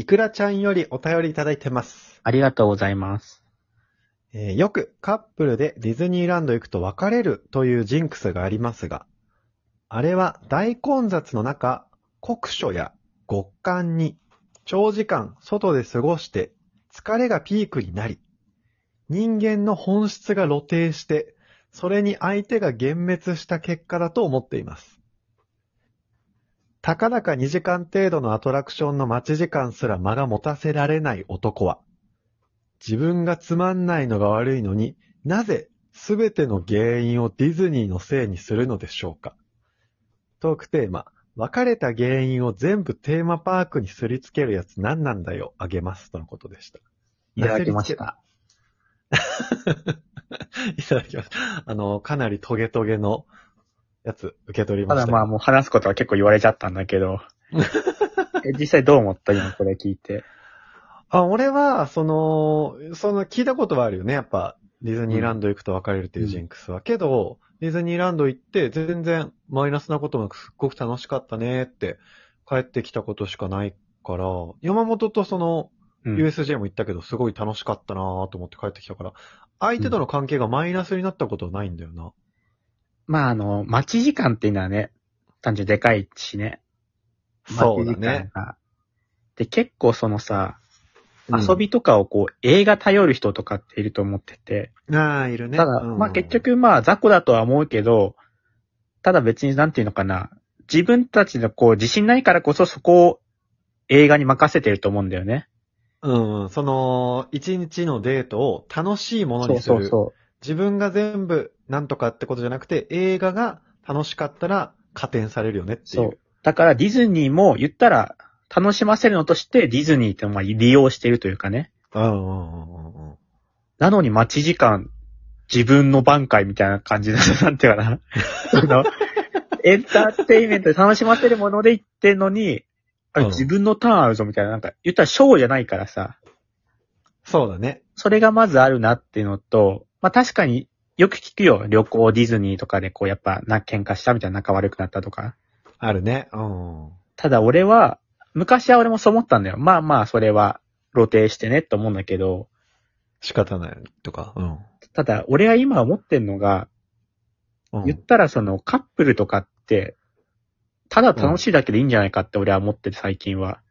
いくらちゃんよりお便りいただいてます。 ありがとうございます。 よくカップルでディズニーランド行くと別れるというジンクスがありますが、あれは大混雑の中、酷暑や極寒に長時間外で過ごして疲れがピークになり、人間の本質が露呈して、それに相手が幻滅した結果だと思っています。たかだか2時間程度のアトラクションの待ち時間すら間が持たせられない男は、自分がつまんないのが悪いのになぜ全ての原因をディズニーのせいにするのでしょうか。トークテーマ、別れた原因を全部テーマパークにすりつけるやつ何なんだよ、あげますとのことでした。 いただきました。 いただきました。かなりトゲトゲのやつ受け取りました。 ただまあもう話すことは結構言われちゃったんだけど。実際どう思った今これ聞いて。 俺は、聞いたことはあるよね。やっぱ、ディズニーランド行くと別れるっていうジンクスは。けど、ディズニーランド行って全然マイナスなこともすっごく楽しかったねって帰ってきたことしかないから、山本とUSJ も行ったけどすごい楽しかったなと思って帰ってきたから、相手との関係がマイナスになったことはないんだよな。 まあ待ち時間っていうのはね、単純にでかいしね。 そうだね。 で、結構遊びとかを映画頼る人とかっていると思ってて。 いるね。 ただ、結局雑魚だとは思うけど、ただ別になんていうのかな、自分たちの自信ないからこそそこを映画に任せてると思うんだよね。 一日のデートを楽しいものにする。そう。自分が全部なんとかってことじゃなくて、映画が楽しかったら加点されるよねっていう。そう。 だからディズニーも言ったら、楽しませるのとしてディズニーって利用しているというかね。なのに待ち時間、自分の挽回みたいな感じで、なんていうかな。エンターテインメントで楽しませるもので言ってんのに、自分のターンあるぞみたいな、言ったらショーじゃないからさ。 そうだね。 それがまずあるなっていうのと、確かによく聞くよ。旅行ディズニーとかでやっぱ喧嘩したみたいな仲悪くなったとか。 あるね。 ただ昔は俺もそう思ったんだよ。それは露呈してねって思うんだけど。 仕方ないとか。 ただ、俺は今思ってんのが、言ったらカップルとかって、ただ楽しいだけでいいんじゃないかって俺は思ってて最近は。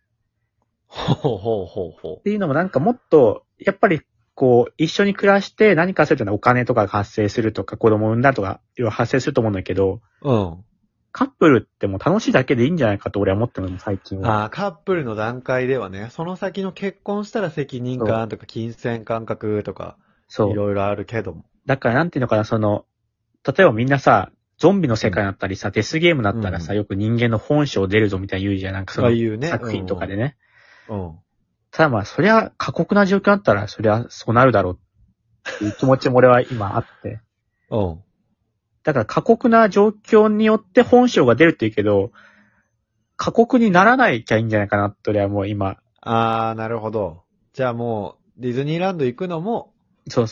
っていうのももっと、やっぱり一緒に暮らして何かするというのはお金とかが発生するとか、子供産んだとか、発生すると思うんだけど、カップルってもう楽しいだけでいいんじゃないかと俺は思ってるの最近は。 カップルの段階ではね、その先の結婚したら責任感とか金銭感覚とか、いろいろあるけども。 だからなんていうのかな、例えばみんなゾンビの世界だったりデスゲームだったらよく人間の本性出るぞみたいな言うじゃん。作品とかでね。ただそりゃ過酷な状況だったら、そりゃそうなるだろうっていう気持ちも俺は今あって。だから過酷な状況によって本性が出るって言うけど、過酷にならないきゃいいんじゃないかなって俺はもう今。 なるほど。じゃあもう、ディズニーランド行くのも、 そう。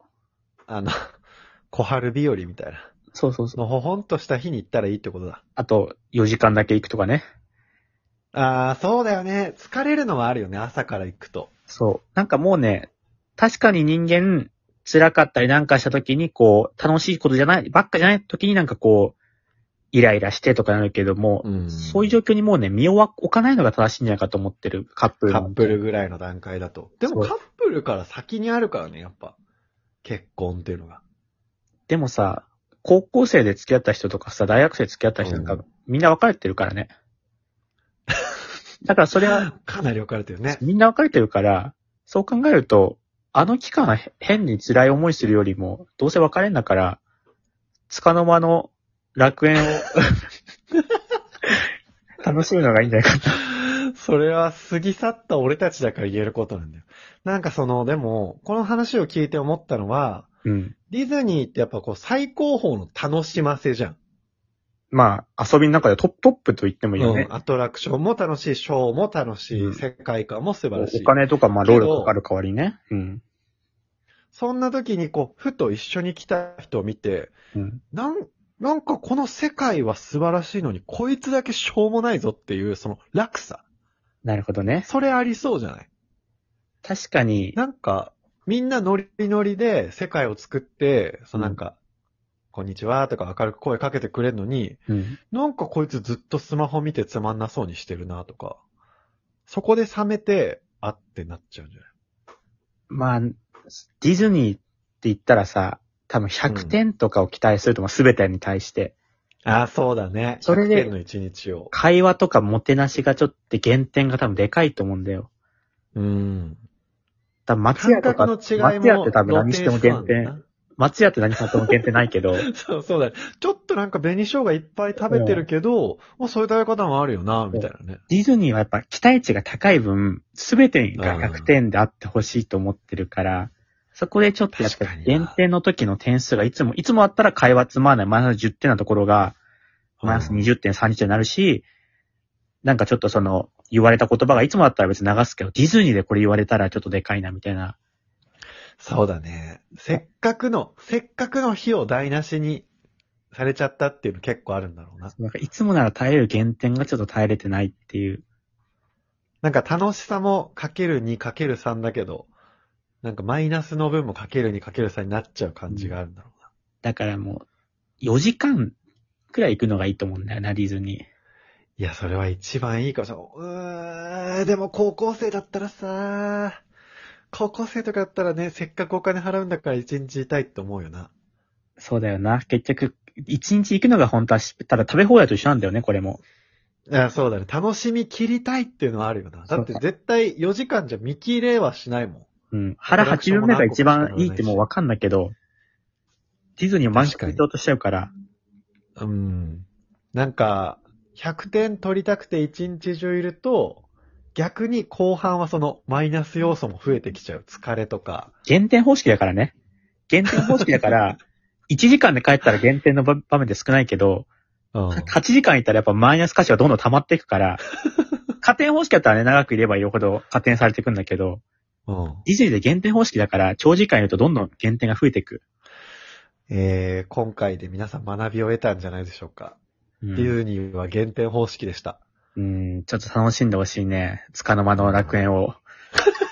小春日和みたいな。 そう。 のほほんとした日に行ったらいいってことだ。 あと、4時間だけ行くとかね。 そうだよね。疲れるのはあるよね、朝から行くと。 そう。もうね、確かに人間、辛かったりなんかした時に楽しいことじゃない、ばっかじゃない時にイライラしてとかなるけども、そういう状況にもうね、身を置かないのが正しいんじゃないかと思ってるカップル。 カップルぐらいの段階だと。でもカップルから先にあるからね、やっぱ。結婚っていうのが。 でも高校生で付き合った人とか大学生付き合った人とか、みんな別れてるからね。だからそれは、 かなり別れてるね。 みんな別れてるから、そう考えると、期間変に辛い思いするよりも、どうせ別れんだから、束の間の楽園を楽しむのがいいんじゃないかな。 それは過ぎ去った俺たちだから言えることなんだよ。でも、この話を聞いて思ったのは、ディズニーってやっぱ最高峰の楽しませじゃん。 遊びの中でトップと言ってもいいよね。 アトラクションも楽しい、ショーも楽しい、世界観も素晴らしい。 お金とか労力かかる代わりね。 そんな時にふと一緒に来た人を見て、なんかこの世界は素晴らしいのに、こいつだけしょうもないぞっていう、その落差。 なるほどね。 それありそうじゃない？ 確かに。 なんか、みんなノリノリで世界を作って、なんか、こんにちはとか明るく声かけてくれるのに、なんかこいつずっとスマホ見てつまんなそうにしてるなとか、そこで冷めて、あってなっちゃうんじゃない？ まあ、ディズニーって言ったらさ、多分100点とかを期待すると思う、すべてに対して。 ああ、そうだね。 それで 100点の一日を。 会話とかもてなしがちょっと減点が多分でかいと思うんだよ。多分松屋とか、 松屋って多分何しても減点。松屋って何しても減点ないけど。 そうだね。ちょっとなんか紅生姜いっぱい食べてるけど、もうそういう食べ方もあるよな、みたいなね。 ディズニーはやっぱ期待値が高い分、すべてが100点であってほしいと思ってるから、そこでちょっとやっぱ減点の時の点数がいつもあったら会話つまらないマイナス10点のところが、マイナス20点、30点になるし、なんかちょっと言われた言葉がいつもだったら別に流すけど、ディズニーでこれ言われたらちょっとでかいな、みたいな。 そうだね。せっかくの日を台無しにされちゃったっていうの結構あるんだろうな。 なんかいつもなら耐えれる減点がちょっと耐えれてないっていう。 なんか楽しさもかける2かける3だけど、なんかマイナスの分もかける2かける3になっちゃう感じがあるんだろうな。 だからもう、4時間くらい行くのがいいと思うんだよな、ディズニー。 いや、それは一番いいかもしれない。でも高校生だったらさ、高校生とかだったらね、せっかくお金払うんだから一日いたいって思うよな。 そうだよな。結局、一日行くのが本当はただ食べ放題と一緒なんだよね、これも。 いや、そうだね。楽しみ切りたいっていうのはあるよな。だって絶対4時間じゃ見切れはしないもん。 うん。腹8分目が一番いいってもうわかんないけど、ディズニーを満喫しようとしちゃうから。 なんか、100点取りたくて一日中いると、逆に後半はマイナス要素も増えてきちゃう。疲れとか。 減点方式だからね。減点方式だから、1時間で帰ったら減点の場面で少ないけど、8時間いたらやっぱマイナス価値がどんどん溜まっていくから、加点方式だったらね、長くいればいるほど加点されていくんだけど、ディズニーで減点方式だから、長時間いるとどんどん減点が増えていく。 今回で皆さん学びを得たんじゃないでしょうか。ディズニーは減点方式でした。 ちょっと楽しんでほしいね。束の間の楽園を。